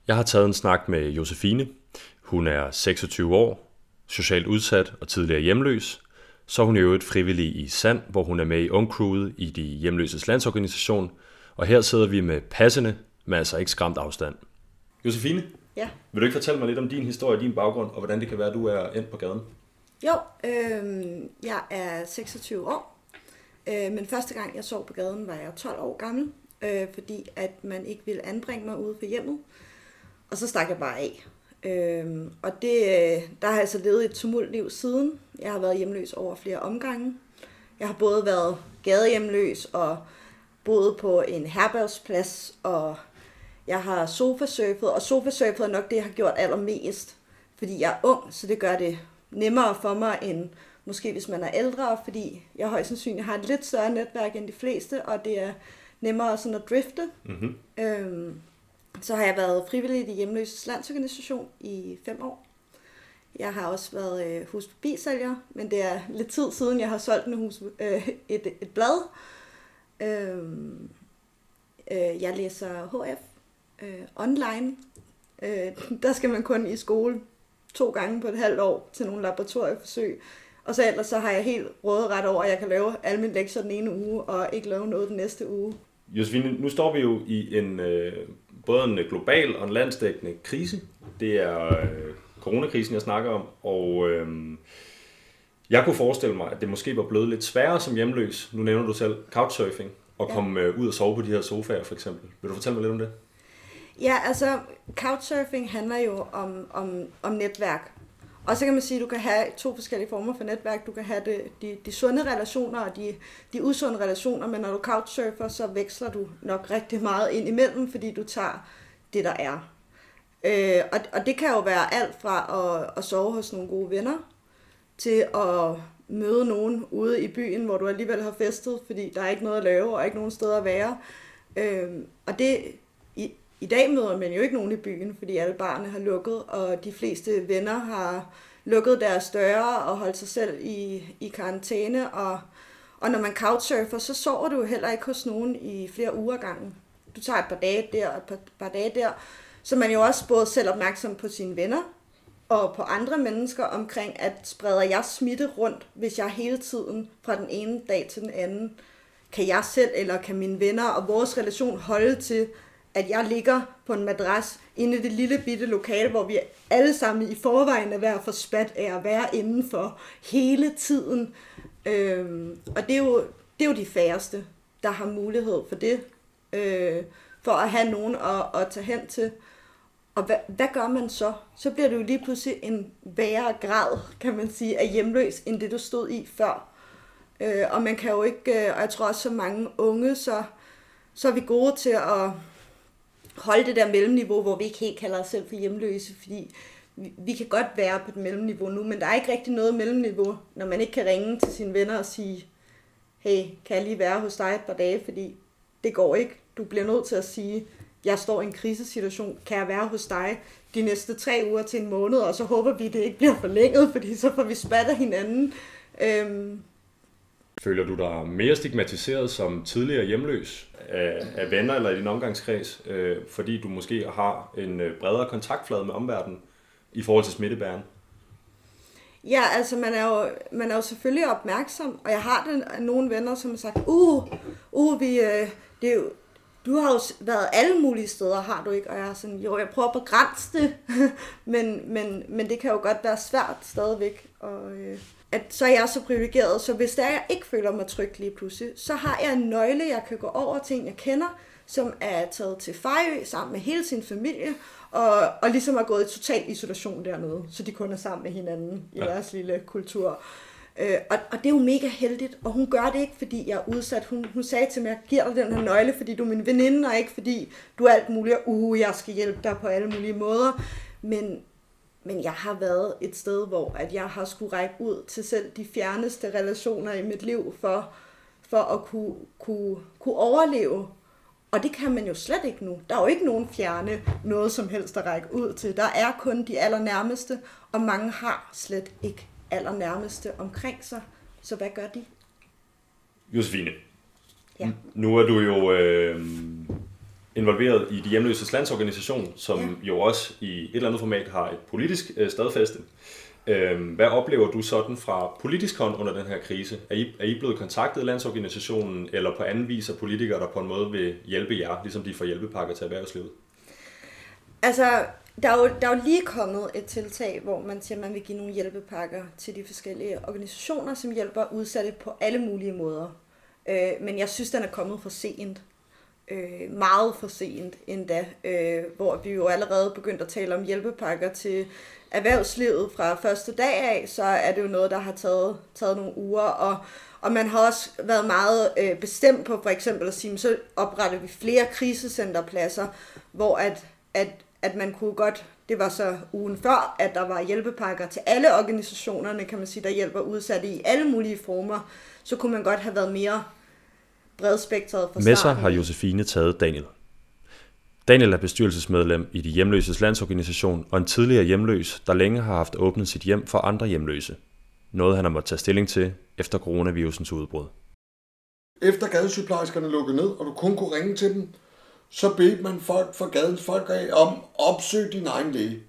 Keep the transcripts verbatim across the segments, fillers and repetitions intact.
Jeg har taget en snak med Josefine. Hun er seksogtyve år, socialt udsat og tidligere hjemløs. Så er hun i øvrigt frivillig i Sand, hvor hun er med i Ungcrewet i de hjemløses landsorganisation. Og her sidder vi med passende, men altså ikke skræmt afstand. Josefine, ja. Vil du ikke fortælle mig lidt om din historie, din baggrund, og hvordan det kan være, at du er endt på gaden? Jo, øh, jeg er seksogtyve år, øh, men første gang jeg sov på gaden, var jeg tolv år gammel, øh, fordi at man ikke ville anbringe mig ude for hjemmet. Og så stak jeg bare af. Øh, og det, der har jeg altså levet et tumultliv siden. Jeg har været hjemløs over flere omgange. Jeg har både været gadehjemløs og boet på en herbergsplads, og jeg har sofasurfet, og sofasurfet er nok det, jeg har gjort allermest, fordi jeg er ung, så det gør det nemmere for mig, end måske hvis man er ældre, fordi jeg højst sandsynligt har et lidt større netværk end de fleste, og det er nemmere sådan at drifte. Mm-hmm. Øhm, så har jeg været frivillig i Hjemløses Landsorganisation i fem år. Jeg har også været øh, hus forbi sælger, men det er lidt tid siden, jeg har solgt en hus, øh, et, et blad. Øhm, øh, jeg læser H F øh, online. Øh, der skal man kun i skole to gange på et halvt år til nogle laboratorieforsøg. Og så ellers så har jeg helt råderet over, at jeg kan lave alle mine lektier den ene uge, og ikke lave noget den næste uge. Josefine, nu står vi jo i en øh, både en global og en landsdækkende krise. Det er øh, coronakrisen, jeg snakker om, og øh, jeg kunne forestille mig, at det måske var blevet lidt sværere som hjemløs. Nu nævner du selv couchsurfing, og ja. komme øh, ud og sove på de her sofaer for eksempel. Vil du fortælle mig lidt om det? Ja, altså couchsurfing handler jo om, om, om netværk. Og så kan man sige, at du kan have to forskellige former for netværk. Du kan have det, de, de sunde relationer og de, de usunde relationer, men når du couchsurfer, så veksler du nok rigtig meget ind imellem, fordi du tager det, der er. Øh, og, og det kan jo være alt fra at, at sove hos nogle gode venner, til at møde nogen ude i byen, hvor du alligevel har festet, fordi der er ikke noget at lave og ikke nogen steder at være. Øh, og det... I, I dag møder man jo ikke nogen i byen, fordi alle barne har lukket, og de fleste venner har lukket deres døre og holdt sig selv i, i karantæne. Og, og når man couchsurfer, så sover du jo heller ikke hos nogen i flere uger gangen. Du tager et par dage der og et par, par dage der, så man er jo også både selv opmærksom på sine venner og på andre mennesker omkring, at spreder jeg smitte rundt, hvis jeg hele tiden fra den ene dag til den anden, kan jeg selv eller kan mine venner og vores relation holde til, at jeg ligger på en madras inde i det lille bitte lokale, hvor vi alle sammen i forvejen er ved at få spat af at være indenfor hele tiden. Øhm, og det er, jo, det er jo de færreste, der har mulighed for det, øh, for at have nogen at, at tage hen til. Og hvad, hvad gør man så? Så bliver det jo lige pludselig en værre grad, kan man sige, af hjemløs, end det du stod i før. Øh, og man kan jo ikke, og jeg tror også så mange unge, så, så er vi gode til at holde det der mellemniveau, hvor vi ikke helt kalder os selv for hjemløse, fordi vi, vi kan godt være på det mellemniveau nu, men der er ikke rigtig noget mellemniveau, når man ikke kan ringe til sine venner og sige, hey, kan jeg lige være hos dig et par dage, fordi det går ikke. Du bliver nødt til at sige, jeg står i en krisesituation, kan jeg være hos dig de næste tre uger til en måned, og så håber vi, det ikke bliver forlænget, fordi så får vi spat af hinanden. Øhm. Føler du dig mere stigmatiseret som tidligere hjemløs af, af venner eller i din omgangskreds, øh, fordi du måske har en bredere kontaktflade med omverdenen i forhold til smittebæren? Ja, altså man er jo, man er jo selvfølgelig opmærksom, og jeg har den, nogle venner, som har sagt, uh, uh vi, øh, det er jo, du har jo været alle mulige steder, har du ikke? Og jeg er sådan, jo, jeg prøver at begrænse det, men, men, men det kan jo godt være svært stadigvæk, og... Øh, at så er jeg så privilegeret, så hvis der jeg ikke føler mig tryg lige pludselig, så har jeg en nøgle, jeg kan gå over til en, jeg kender, som er taget til Fejø sammen med hele sin familie, og, og ligesom har gået i total isolation dernede, så de kun er sammen med hinanden i ja. deres lille kultur. Øh, og, og det er jo mega heldigt, og hun gør det ikke, fordi jeg er udsat. Hun, hun sagde til mig, jeg giver dig den her nøgle, fordi du er min veninde, og ikke fordi du er alt muligt, og uh, jeg skal hjælpe dig på alle mulige måder. Men Men jeg har været et sted, hvor at jeg har skulle række ud til selv de fjerneste relationer i mit liv, for, for at kunne, kunne, kunne overleve. Og det kan man jo slet ikke nu. Der er jo ikke nogen fjerne noget som helst at række ud til. Der er kun de allernærmeste, og mange har slet ikke allernærmeste omkring sig. Så hvad gør de? Josefine, ja. nu er du jo øh, involveret i De Hjemløses Landsorganisation, som ja. jo også i et eller andet format har et politisk øh, stadfæste. Øh, hvad oplever du sådan fra politisk hånd under den her krise? Er I, er I blevet kontaktet af landsorganisationen, eller på anden vis af politikere, der på en måde vil hjælpe jer, ligesom de får hjælpepakker til erhvervslivet? Altså, der er, jo, der er jo lige kommet et tiltag, hvor man siger, at man vil give nogle hjælpepakker til de forskellige organisationer, som hjælper udsatte på alle mulige måder. Øh, men jeg synes, den er kommet for sent. Øh, meget for sent endda, øh, hvor vi jo allerede begyndt at tale om hjælpepakker til erhvervslivet fra første dag af, så er det jo noget, der har taget, taget nogle uger, og, og man har også været meget øh, bestemt på for eksempel at sige, så opretter vi flere krisecenterpladser, hvor at, at, at man kunne godt, det var så ugen før, at der var hjælpepakker til alle organisationerne, kan man sige, der hjælper udsatte i alle mulige former, så kunne man godt have været mere bredspektret fra starten. Med sig har Josefine taget Daniel. Daniel er bestyrelsesmedlem i De Hjemløses Landsorganisation og en tidligere hjemløs, der længe har haft åbnet sit hjem for andre hjemløse. Noget han har måttet tage stilling til efter coronavirusens udbrud. Efter gadesygeplejerskerne lukkede ned, og du kun kunne ringe til dem, så bedte man folk fra gadens folk af om opsøg din egen læge.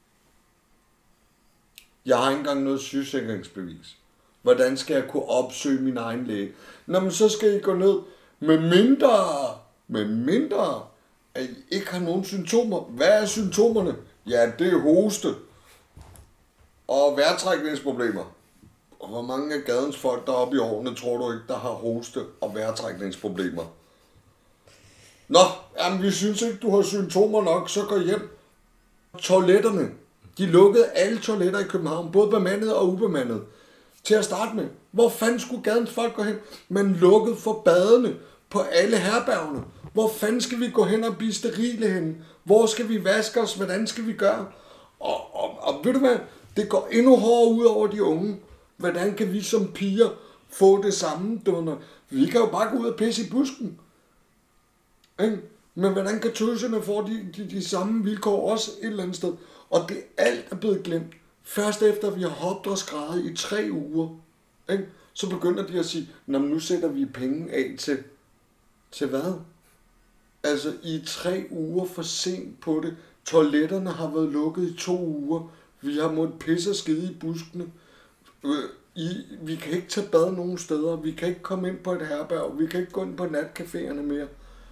Jeg har ikke engang noget sygesikringsbevis. Hvordan skal jeg kunne opsøge min egen læge? Nå, men så skal I gå ned med mindre, med mindre, at I ikke har nogen symptomer. Hvad er symptomerne? Ja, det er hoste og vejrtrækningsproblemer. Og hvor mange af gadens folk deroppe i årene tror du ikke, der har hoste og vejrtrækningsproblemer? Nå, jamen vi synes ikke, du har symptomer nok, så gå hjem. Toiletterne. De lukkede alle toiletter i København, både bemandede og ubemandede. Til at starte med, hvor fanden skulle gadens folk gå hen? Man lukkede for badene på alle herbergene. Hvor fanden skal vi gå hen og blive sterile hen? Hvor skal vi vaske os? Hvordan skal vi gøre? Og, og, og ved du hvad? Det går endnu hårdere ud over de unge. Hvordan kan vi som piger få det samme? Vi kan jo bare gå ud og pisse i busken. Ikke? Men hvordan kan tøserne få de, de, de samme vilkår også et eller andet sted? Og det alt er blevet glemt. Først efter vi har hoppet og skrædet i tre uger, ikke? Så begynder de at sige, nå, nu sætter vi penge af til, til hvad? Altså i tre uger for sent på det. Toiletterne har været lukket i to uger. Vi har måttet pisse og skide i buskene. I, vi kan ikke tage bad nogen steder. Vi kan ikke komme ind på et herberg. Vi kan ikke gå ind på natcaféerne mere.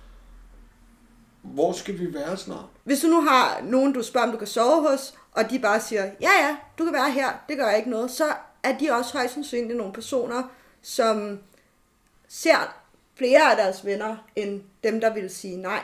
Hvor skal vi være snart? Hvis du nu har nogen, du spørger, om du kan sove hos, og de bare siger, ja ja, du kan være her, det gør ikke noget, så er de også højst sandsynligt nogle personer, som ser flere af deres venner, end dem, der vil sige nej.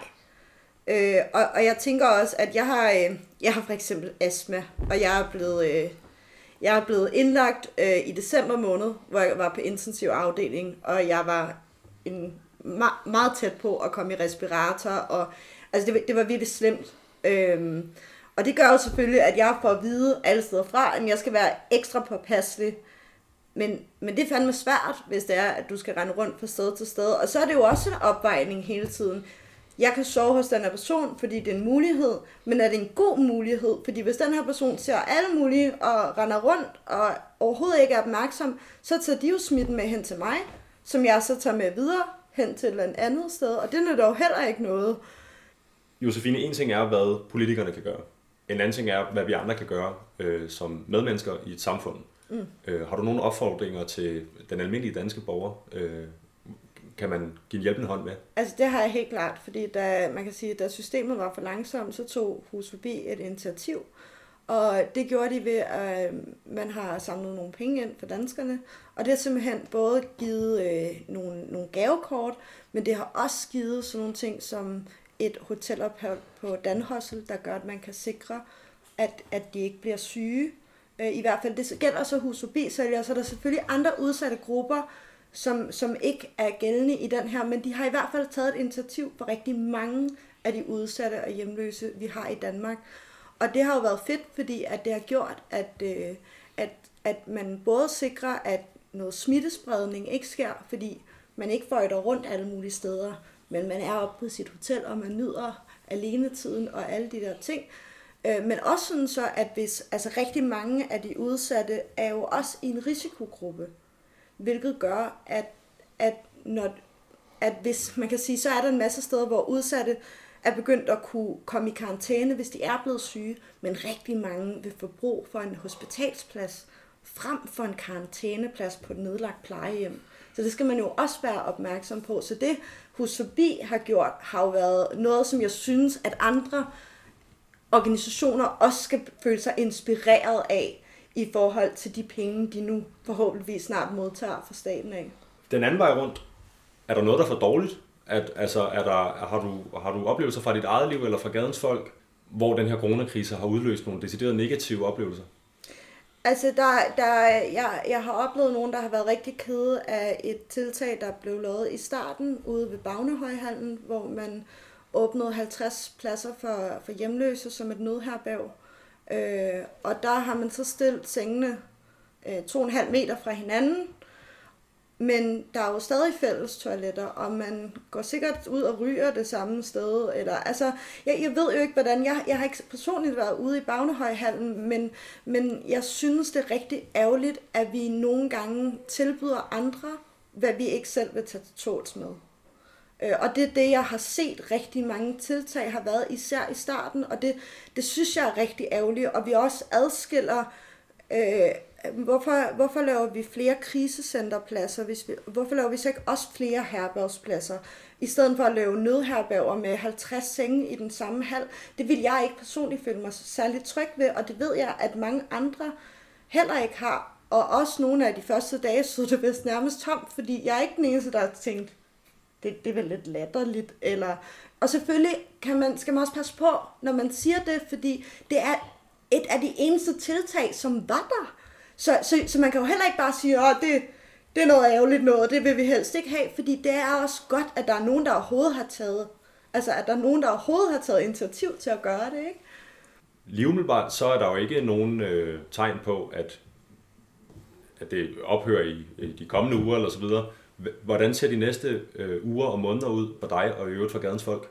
Øh, og, og jeg tænker også, at jeg har, øh, jeg har for eksempel astma, og jeg er blevet, øh, jeg er blevet indlagt øh, i december måned, hvor jeg var på intensiv afdeling, og jeg var en, ma- meget tæt på at komme i respirator, og altså det, det var virkelig slemt. Øh, Og det gør jo selvfølgelig, at jeg får at vide alle steder fra, at jeg skal være ekstra påpasselig. Men, men det er fandme svært, hvis det er, at du skal rende rundt fra sted til sted. Og så er det jo også en opvejning hele tiden. Jeg kan sove hos den her person, fordi det er en mulighed, men er det en god mulighed? Fordi hvis den her person ser alle mulige og render rundt og overhovedet ikke er opmærksom, så tager de jo smitten med hen til mig, som jeg så tager med videre hen til et andet sted. Og det er dog heller ikke noget. Josefine, en ting er, hvad politikerne kan gøre. En anden ting er, hvad vi andre kan gøre øh, som medmennesker i et samfund. Mm. Øh, har du nogle opfordringer til den almindelige danske borger? Øh, kan man give en hjælpende hånd med? Altså det har jeg helt klart, fordi da, man kan sige, da systemet var for langsomt, så tog Hus Forbi et initiativ. Og det gjorde de ved, at man har samlet nogle penge ind for danskerne. Og det har simpelthen både givet øh, nogle, nogle gavekort, men det har også givet sådan nogle ting som et hotelophold på Danhostel, der gør, at man kan sikre, at, at de ikke bliver syge. I hvert fald, det gælder så Hus Forbi-sælgere, så er der selvfølgelig andre udsatte grupper, som, som ikke er gældende i den her, men de har i hvert fald taget et initiativ for rigtig mange af de udsatte og hjemløse, vi har i Danmark. Og det har jo været fedt, fordi at det har gjort, at, at, at man både sikrer, at noget smittespredning ikke sker, fordi man ikke føjter rundt alle mulige steder, men man er oppe på sit hotel, og man nyder alenetiden og alle de der ting. Men også sådan så, at hvis, altså rigtig mange af de udsatte er jo også i en risikogruppe, hvilket gør, at, at, når, at hvis man kan sige, så er der en masse steder, hvor udsatte er begyndt at kunne komme i karantæne, hvis de er blevet syge, men rigtig mange vil få brug for en hospitalsplads frem for en karantæneplads på et nedlagt plejehjem. Så det skal man jo også være opmærksom på. Så det Hus Forbi har gjort, har jo været noget, som jeg synes, at andre organisationer også skal føle sig inspireret af, i forhold til de penge, de nu forhåbentligvis snart modtager fra staten af. Den anden vej rundt, er der noget, der er for dårligt? At, altså, er der, har, du, har du oplevelser fra dit eget liv eller fra gadens folk, hvor den her coronakrise har udløst nogle deciderede negative oplevelser? Altså, der, der, jeg, jeg har oplevet nogen, der har været rigtig kede af et tiltag, der blev lavet i starten ude ved Bagnehøjhallen, hvor man åbnede halvtreds pladser for, for hjemløse som et nødherberg. Øh, og der har man så stillet sengene øh, to og en halv meter fra hinanden, men der er jo stadig fælles toiletter, og man går sikkert ud og ryger det samme sted. Eller, altså, jeg, jeg ved jo ikke, hvordan. Jeg, jeg har ikke personligt været ude i Bagnehøjhallen, men, men jeg synes, det er rigtig ærgerligt, at vi nogle gange tilbyder andre, hvad vi ikke selv vil tage til tåls med. Og det er det, jeg har set rigtig mange tiltag har været, især i starten, og det, det synes jeg er rigtig ærgerligt, og vi også adskiller, øh, hvorfor, hvorfor laver vi flere krisecenterpladser, hvis vi, hvorfor laver vi så ikke også flere herbergspladser, i stedet for at lave nødherberger med halvtreds senge i den samme hal. Det vil jeg ikke personligt føle mig særlig tryg ved, og det ved jeg, at mange andre heller ikke har, og også nogle af de første dage, så det vist nærmest tomt, fordi jeg er ikke den eneste, der har tænkt, Det, det er vel lidt latterligt. Eller... Og selvfølgelig kan man, skal man også passe på, når man siger det, fordi det er et af de eneste tiltag, som var der. Så, så, så man kan jo heller ikke bare sige, at det, det er noget ærgerligt noget, det vil vi helst ikke have, fordi det er også godt, at der er nogen, der overhovedet har taget, altså at der er nogen, der overhovedet har taget initiativ til at gøre det, ikke? Lige umiddelbart, så er der jo ikke nogen øh, tegn på, at, at det ophører i, i de kommende uger eller så videre. Hvordan ser de næste øh, uger og måneder ud for dig og i øvrigt for gadens folk?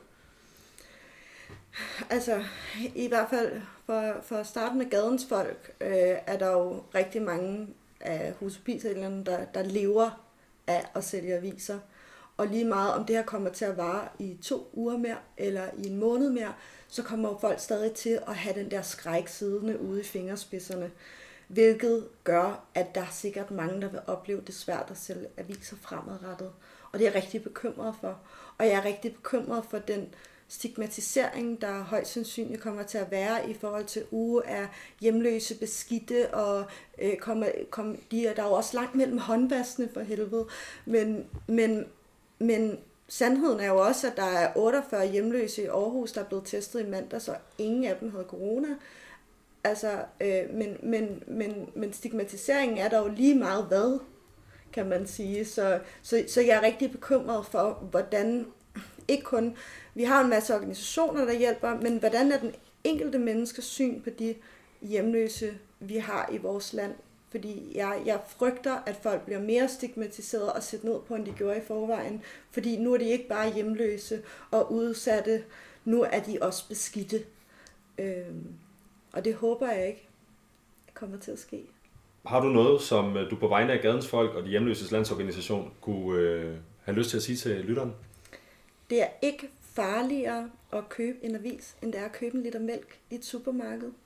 Altså, i hvert fald for, for at starte med gadens folk, øh, er der jo rigtig mange af Hus Forbi-sælgerne, der, der lever af at sælge aviser. Og lige meget om det her kommer til at vare i to uger mere, eller i en måned mere, så kommer jo folk stadig til at have den der skræk siddende ude i fingerspidserne. Hvilket gør, at der er sikkert mange, der vil opleve det svært at sælge aviser fremadrettet. Og det er jeg rigtig bekymret for. Og jeg er rigtig bekymret for den stigmatisering, der højst sandsynligt kommer til at være i forhold til uge af hjemløse, beskidte, og øh, kommer, kommer, de, der er jo også langt mellem håndvaskene for helvede. Men, men, men sandheden er jo også, at der er otteogfyrre hjemløse i Aarhus, der er blevet testet i mandags, og ingen af dem havde corona. Altså, øh, men, men, men, men stigmatiseringen er der jo lige meget hvad, kan man sige. Så, så, så jeg er rigtig bekymret for, hvordan, ikke kun, vi har en masse organisationer, der hjælper, men hvordan er den enkelte menneskes syn på de hjemløse, vi har i vores land. Fordi jeg, jeg frygter, at folk bliver mere stigmatiseret og set ned på, end de gjorde i forvejen. Fordi nu er de ikke bare hjemløse og udsatte, nu er de også beskidte. Øh, Og det håber jeg ikke kommer til at ske. Har du noget, som du på vegne af gadens folk og de hjemløses landsorganisation kunne øh, have lyst til at sige til lytteren? Det er ikke farligere at købe en avis, end det er at købe en liter mælk i et supermarked.